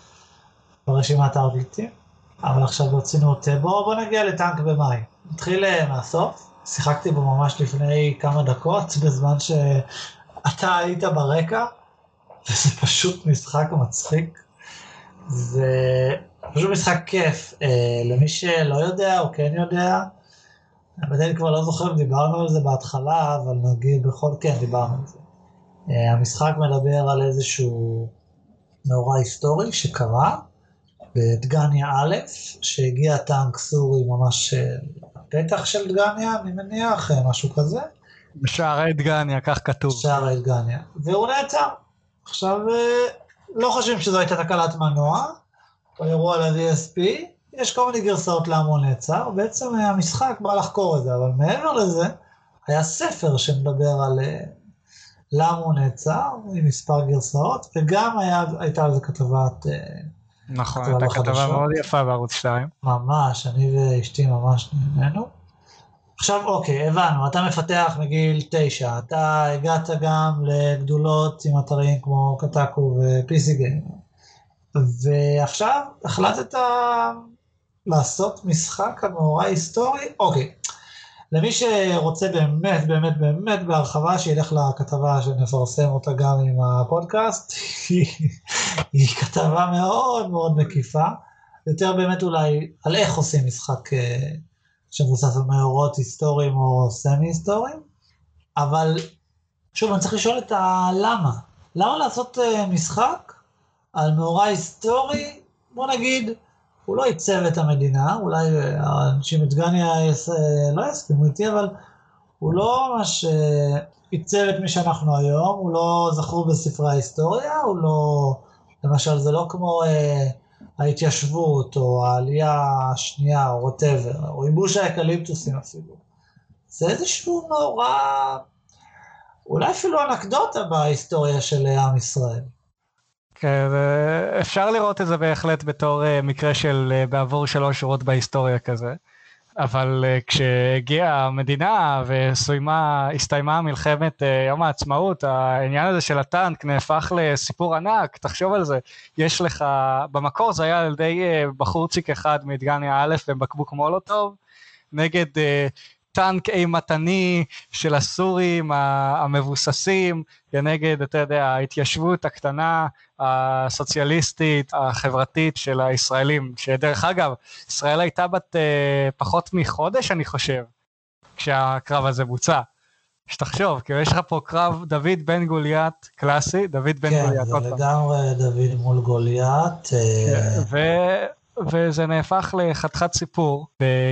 ברשימת האוטלטים, אבל עכשיו רצינו את, בואו בוא נגיע לטנק במים. נתחיל מהסוף, שיחקתי בו ממש לפני כמה דקות, בזמן שאתה היית ברקע, וזה פשוט משחק מצחיק. זה פשוט משחק כיף, אה, למי שלא יודע או כן יודע, אני כבר לא זוכר אם דיברנו על זה בהתחלה, אבל נגיד בכל כן דיברנו על זה. אה, המשחק מדבר על איזשהו מאורע היסטורי שקרה, בדגניה א', שהגיע טנק סורי ממש בפתח של דגניה, אני מניח, משהו כזה. בשערי דגניה, כך כתוב. בשערי דגניה, והוא נעצר. עכשיו, לא חושבים שזו הייתה תקלת מנוע, או אירוע ל-די אס פי, יש כל מיני גרסאות למה הוא נעצר, בעצם המשחק בא לחקור את זה, אבל מעבר לזה, היה ספר שמדבר על למה הוא נעצר, עם מספר גרסאות, וגם היה, הייתה על זה כתבת... נכון, הייתה כתבה מאוד יפה בערוץ שתיים. ממש, אני ואשתי ממש נהנינו. עכשיו, אוקיי, הבנו, אתה מפתח מגיל תשע, אתה הגעת גם לגדולות עם אתרים כמו קטאקו ופי סי גיימר, ועכשיו החלטת לעשות משחק על מאורע היסטורי, אוקיי, למי שרוצה באמת, באמת, באמת בהרחבה, שילך לכתבה שנפרסם אותה גם עם הפודקאסט, היא, היא כתבה מאוד מאוד מקיפה, יותר באמת אולי על איך עושים משחק שמבוסס על מאורות היסטוריים או סמי היסטוריים, אבל שוב, אני צריך לשאול את הלמה. למה לעשות משחק על מאורע היסטורי, בוא נגיד, הוא לא ייצב את המדינה, אולי האנשים את גניה לא יסכימו איתי, אבל הוא לא ממש ייצב את מי שאנחנו היום, הוא לא זכור בספרי ההיסטוריה, הוא לא, למשל זה לא כמו אה, ההתיישבות או העלייה השנייה או whatever, או ייבוש האקליפטוסים אפילו. זה איזשהו מאורע, אולי אפילו אנקדוטה בהיסטוריה של עם ישראל. כן, אפשר לראות את זה בהחלט בתור מקרה של בעבור שלוש שורות בהיסטוריה כזה, אבל כשהגיעה המדינה והסתיימה מלחמת יום העצמאות, העניין הזה של הטנק נהפך לסיפור ענק, תחשוב על זה, יש לך, במקור זה היה על ידי בחורצ'יק אחד מדגניה א' ובקבוק מולוטוב, נגד טנק אימתני של הסורים המבוססים, כנגד, אתה יודע, ההתיישבות הקטנה, הסוציאליסטית, החברתית של הישראלים, שדרך אגב, ישראל הייתה בת פחות מחודש, אני חושב, כשהקרב הזה בוצע. שתחשוב, כי יש לך פה קרב דוד בן גוליית קלאסי, דוד בן כן, גוליית. כן, זה לגמרי דוד מול גוליית. ו... וזה נהפך לחתיכת סיפור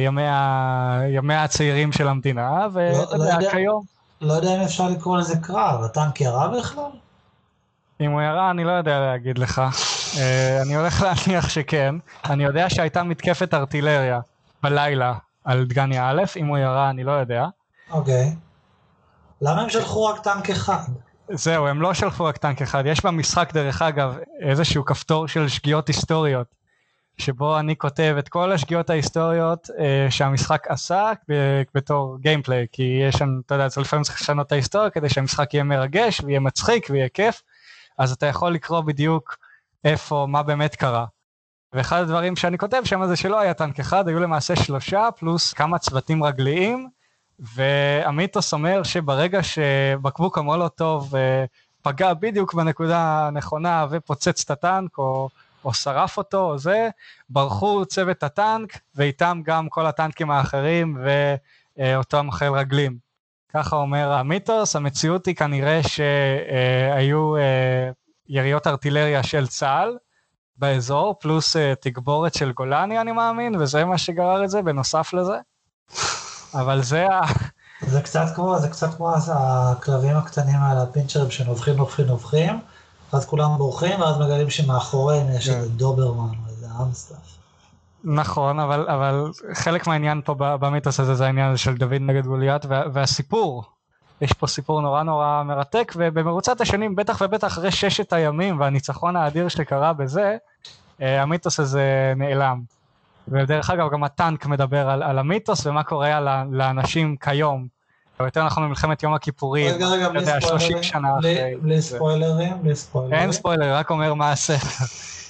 בימי הצעירים של המדינה, ואתה יודע, כיום... לא יודע אם אפשר לקרוא לזה קרב, הטנק ירה בכלל? אם הוא ירה, אני לא יודע להגיד לך. אני הולך להניח שכן. אני יודע שהייתה מתקפת ארטילריה בלילה על דגניה א', אם הוא ירה, אני לא יודע. אוקיי. למה הם שלחו רק טנק אחד? זהו, הם לא שלחו רק טנק אחד. יש במשחק, דרך אגב, איזשהו כפתור של שגיאות היסטוריות, שבו אני כותב את כל השגיאות ההיסטוריות אה, שהמשחק עשה בתור גיימפליי, כי יש שם, אתה יודע, לפעמים צריך לשנות את ההיסטוריה, כדי שהמשחק יהיה מרגש, ויהיה מצחיק, ויהיה כיף, אז אתה יכול לקרוא בדיוק איפה, מה באמת קרה. ואחד הדברים שאני כותב שם זה שלא היה טנק אחד, היו למעשה שלושה, פלוס כמה צוותים רגליים, והמיתוס אומר שברגע שבקבוק המולוטוב אה, פגע בדיוק בנקודה הנכונה, ופוצץ את הטנק, או... או שרף אותו, או זה, ברחו צוות הטנק, ואיתם גם כל הטנקים האחרים, ואותם חיל רגלים. ככה אומר המיתוס, המציאות היא כנראה שהיו יריות ארטילריה של צה"ל, באזור, פלוס תגבורת של גולני, אני מאמין, וזה מה שגרר את זה, בנוסף לזה. אבל זה ה... זה קצת כמו, זה קצת כמו הכלבים הקטנים האלה, הפינצ'רים שנובחים, נובחים, נובחים, אז כולם בורחים, ואז מגלים שמאחוריהם יש איזה דוברמן, או איזה אמסטף. נכון, אבל, אבל חלק מהעניין פה במיתוס הזה, זה העניין הזה של דוד נגד גוליית, וה, והסיפור, יש פה סיפור נורא נורא מרתק, ובמרוצת השנים, בטח ובטח אחרי ששת הימים, והניצחון האדיר שקרה בזה, המיתוס הזה נעלם. ודרך אגב, גם הטנק מדבר על, על המיתוס, ומה קורה על, לאנשים כיום. או יותר נכון במלחמת יום הכיפורים, רגע, רגע, בלי ספוילרים, שנה בלי, אחרי. בלי ספוילרים, בלי ספוילרים. אין ספוילר, רק אומר מה הספר.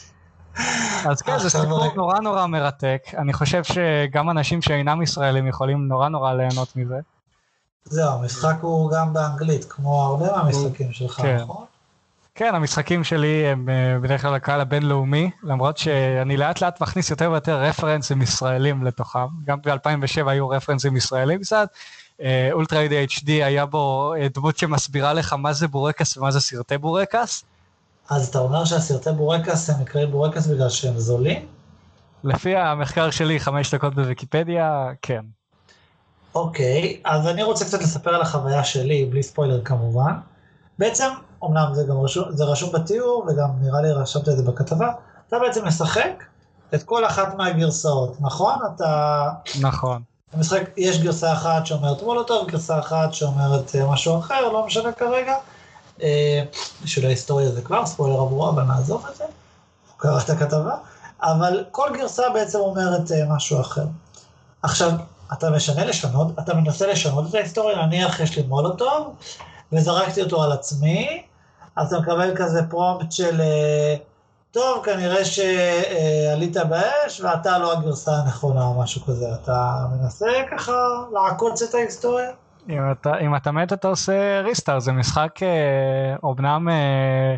אז כן, זה סיפור נורא נורא מרתק, אני חושב שגם אנשים שאינם ישראלים יכולים נורא נורא ליהנות מזה. זהו, המשחק הוא גם באנגלית, כמו הרבה מהמשחקים שלך, נכון? כן, המשחקים שלי הם בדרך כלל הקהל הבינלאומי, למרות שאני לאט לאט מכניס יותר ויותר רפרנסים ישראלים לתוכם, גם ב-אלפיים ושבע היו רפרנסים ישראלים קצת, אולטרה די אייץ' די היה בו דמות שמסבירה לך מה זה בורקס ומה זה סרטי בורקס. אז אתה אומר שהסרטי בורקס הם נקראים בורקס בגלל שהם זולים? לפי המחקר שלי, חמש דקות בוויקיפדיה, כן. אוקיי, אז אני רוצה קצת לספר על החוויה שלי, בלי ספוילר כמובן. בעצם, אמנם זה גם רשום, זה רשום בתיאור, וגם נראה לי רשמת את זה בכתבה, אתה בעצם משחק את כל אחת מהגרסאות, נכון? אתה... נכון. במשחק יש גרסה אחת שאומרת מולוטוב, גרסה אחת שאומרת משהו אחר, לא משנה כרגע. בשביל ההיסטוריה זה כבר ספוילר עבורו, אבל נעזוב את זה. קראת את הכתבה. אבל כל גרסה בעצם אומרת משהו אחר. עכשיו, אתה משנה לשנות, אתה מנסה לשנות את ההיסטוריה, נניח יש לי מולוטוב, וזרקתי אותו על עצמי, אז אתה מקבל כזה פרומפט של, טוב, כנראה שעלית באש, ואתה לא הגרסה הנכונה או משהו כזה. אתה מנסה ככה לעקוץ את ההיסטוריה? אם אתה, אם אתה מת, אתה עושה ריסטאר, זה משחק אומנם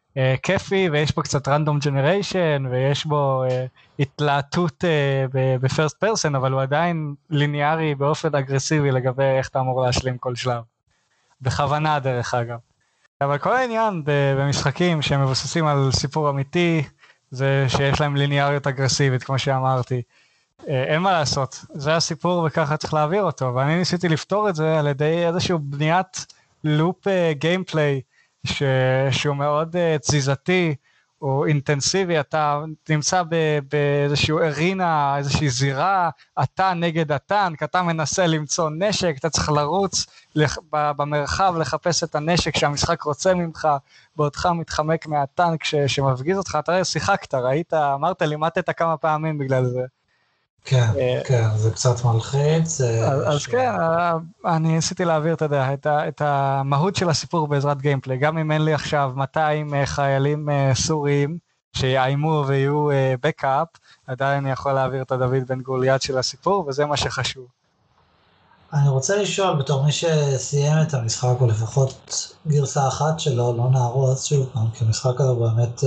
אה, כיפי, ויש בו קצת רנדום ג'נריישן, ויש בו אה, התלהטות אה, בפרסט פרסן, אבל הוא עדיין ליניארי באופן אגרסיבי לגבי איך אתה אמור להשלים כל שלב. בכוונה דרך אגב. אבל כל העניין במשחקים שהם מבוססים על סיפור אמיתי, זה שיש להם ליניאריות אגרסיבית, כמו שאמרתי. אין מה לעשות, זה הסיפור וככה צריך להעביר אותו, ואני ניסיתי לפתור את זה על ידי איזשהו בניית לופ גיימפליי, שהוא מאוד תזיזתי, הוא אינטנסיבי, אתה נמצא באיזשהו ארינה, איזושהי זירה, אתה נגד הטנק, אתה מנסה למצוא נשק, אתה צריך לרוץ במרחב לחפש את הנשק שהמשחק רוצה ממך, בעודך מתחמק מהטנק שמפגיז אותך, אתה שיחקת, ראית, אמרת, לימדת כמה פעמים בגלל זה. כן, כן, זה קצת מלחיץ. אז כן, אני ניסיתי להעביר, אתה יודע, את המהות של הסיפור בעזרת גיימפלי, גם אם אין לי עכשיו מאתיים חיילים סוריים שיאיימו ויהיו בקאפ, עדיין אני יכול להעביר את הדוד בן גוליית של הסיפור, וזה מה שחשוב. אני רוצה לשאול, בתור מי שסיים את המשחק, או לפחות גרסה אחת שלו, לא נהרוס שוב, כי המשחק הזה באמת,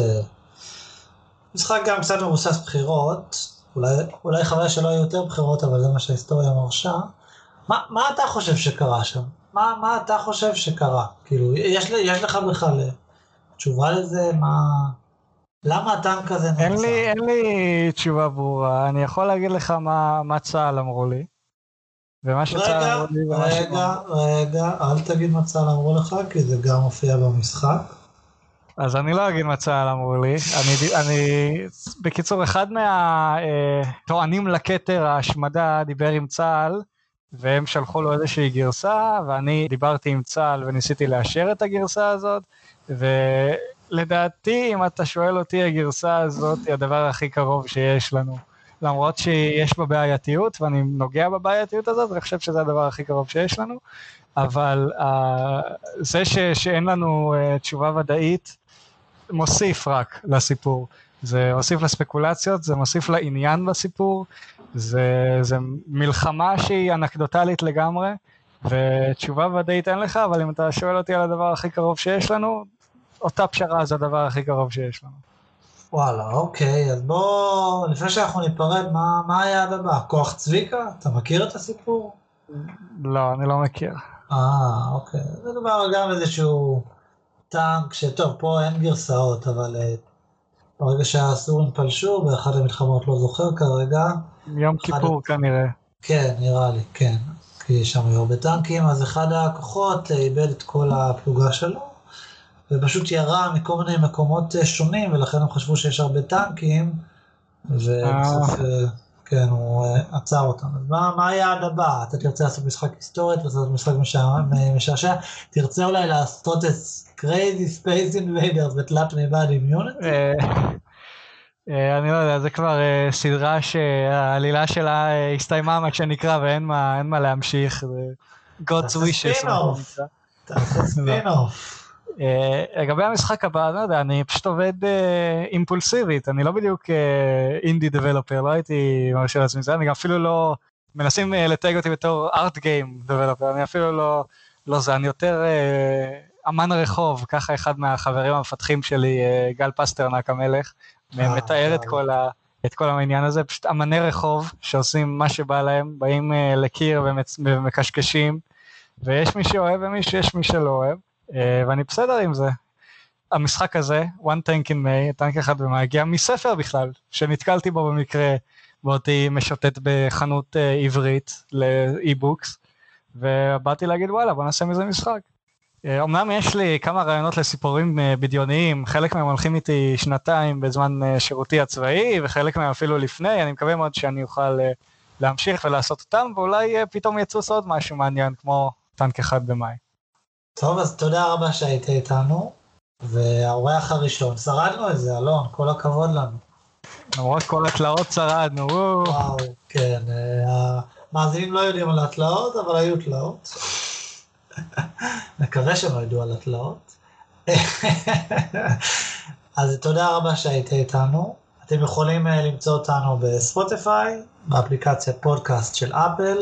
משחק גם קצת מבוסס בחירות, אולי, אולי חוויה שלא היו יותר בחירות, אבל זה מה שההיסטוריה מרשה. מה, מה אתה חושב שקרה שם? מה, מה אתה חושב שקרה? כאילו, יש, יש לך בכלל תשובה לזה? מה, למה הטנק הזה נמצא? אין לי, אין לי תשובה ברורה. אני יכול להגיד לך מה, מה צה"ל אמרו לי. ומה שצה"ל אמרו לי ומה רגע, רגע, רגע, אל תגיד מה צה"ל אמרו לך, כי זה גם מופיע במשחק. אז אני לא אגיד מה צה"ל אמרו לי, אני, אני, בקיצור, אחד מהטוענים לכתר ההשמדה דיבר עם צה"ל, והם שלחו לו איזושהי גרסה, ואני דיברתי עם צה"ל וניסיתי לאשר את הגרסה הזאת, ולדעתי, אם אתה שואל אותי, הגרסה הזאת היא הדבר הכי קרוב שיש לנו, למרות שיש בה בעייתיות, ואני נוגע בבעייתיות הזאת, ואני חושב שזה הדבר הכי קרוב שיש לנו, אבל uh, זה ש, שאין לנו uh, תשובה ודאית, מוסיף רק לסיפור, זה מוסיף לספקולציות, זה מוסיף לעניין בסיפור, זה, זה מלחמה שהיא אנקדוטלית לגמרי, ותשובה ודאית אין לך, אבל אם אתה שואל אותי על הדבר הכי קרוב שיש לנו, אותה פשרה זה הדבר הכי קרוב שיש לנו. וואלה, אוקיי, אז בוא, לפני שאנחנו ניפרד, מה, מה היה הבא? כוח צביקה? אתה מכיר את הסיפור? לא, אני לא מכיר. אה, אוקיי, זה דבר גם איזשהו טנק, שטוב, פה אין גרסאות, אבל ברגע שהסורים פלשו, באחד המלחמות לא זוכר כרגע. יום כיפור את... כנראה. כן, נראה לי, כן. כי שם היו הרבה טנקים, אז אחד הכוחות איבד את כל הפלוגה שלו, ופשוט ירה מכל מיני מקומות שונים, ולכן הם חשבו שיש הרבה טנקים, ובסוף, כן, הוא עצר אותם. אז מה, מה היעד הבא? אתה תרצה לעשות משחק היסטורית, לעשות משחק משעשע, תרצה אולי לעשות את Crazy Space Invaders בתלת מימד עם יוניטי? אני לא יודע, זה כבר סדרה שהעלילה שלה הסתיימה מה שנקרא, ואין מה להמשיך, God's wishes. תעשה ספין-אוף. לגבי המשחק הבא, אני לא יודע, אני פשוט עובד אימפולסיבית, אני לא בדיוק אינדי דבלופר, לא הייתי מרשה לעצמי זה, אני גם אפילו לא, מנסים לתייג אותי בתור ארט גיים דבלופר, אני אפילו לא, לא זה, אני יותר אמן רחוב, ככה אחד מהחברים המפתחים שלי, גל פסטרנק המלך, מתאר את כל ה... את כל העניין הזה, פשוט אמני רחוב שעושים מה שבא להם, באים לקיר ומקשקשים, ויש מי שאוהב ומי שיש מי שלא אוהב, ואני בסדר עם זה. המשחק הזה, One Tank in May, טנק אחד במאגיה, מספר בכלל, שנתקלתי בו במקרה, באותי משוטט בחנות עברית לאי-בוקס, ובאתי להגיד וואלה, בוא נעשה מזה משחק. אמנם יש לי כמה רעיונות לסיפורים בדיוניים, חלק מהם הולכים איתי שנתיים בזמן שירותי הצבאי, וחלק מהם אפילו לפני, אני מקווה מאוד שאני אוכל להמשיך ולעשות אותם, ואולי פתאום יצוס עוד משהו מעניין, כמו טנק אחד במאי. טוב, אז תודה רבה שהיית איתנו, והאורח הראשון, שרדנו את זה, אלון, כל הכבוד לנו. למרות כל התלאות שרדנו, וואו, כן, המאזינים לא יודעים על התלאות, אבל היו תלאות. מקווה שהם לא ידעו על התלאות. אז תודה רבה שהיית איתנו. אתם יכולים למצוא אותנו בספוטיפיי, באפליקציית פודקאסט של אפל,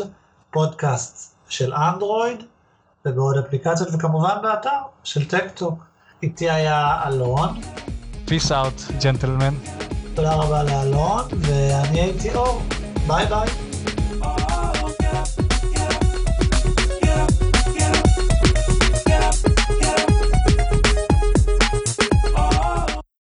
פודקאסט של אנדרואיד, ובעוד אפליקציות, וכמובן באתר של טק-טוק. איתי היה אלון. Peace out, gentlemen. תודה רבה לאלון, ואני הייתי אור. ביי ביי.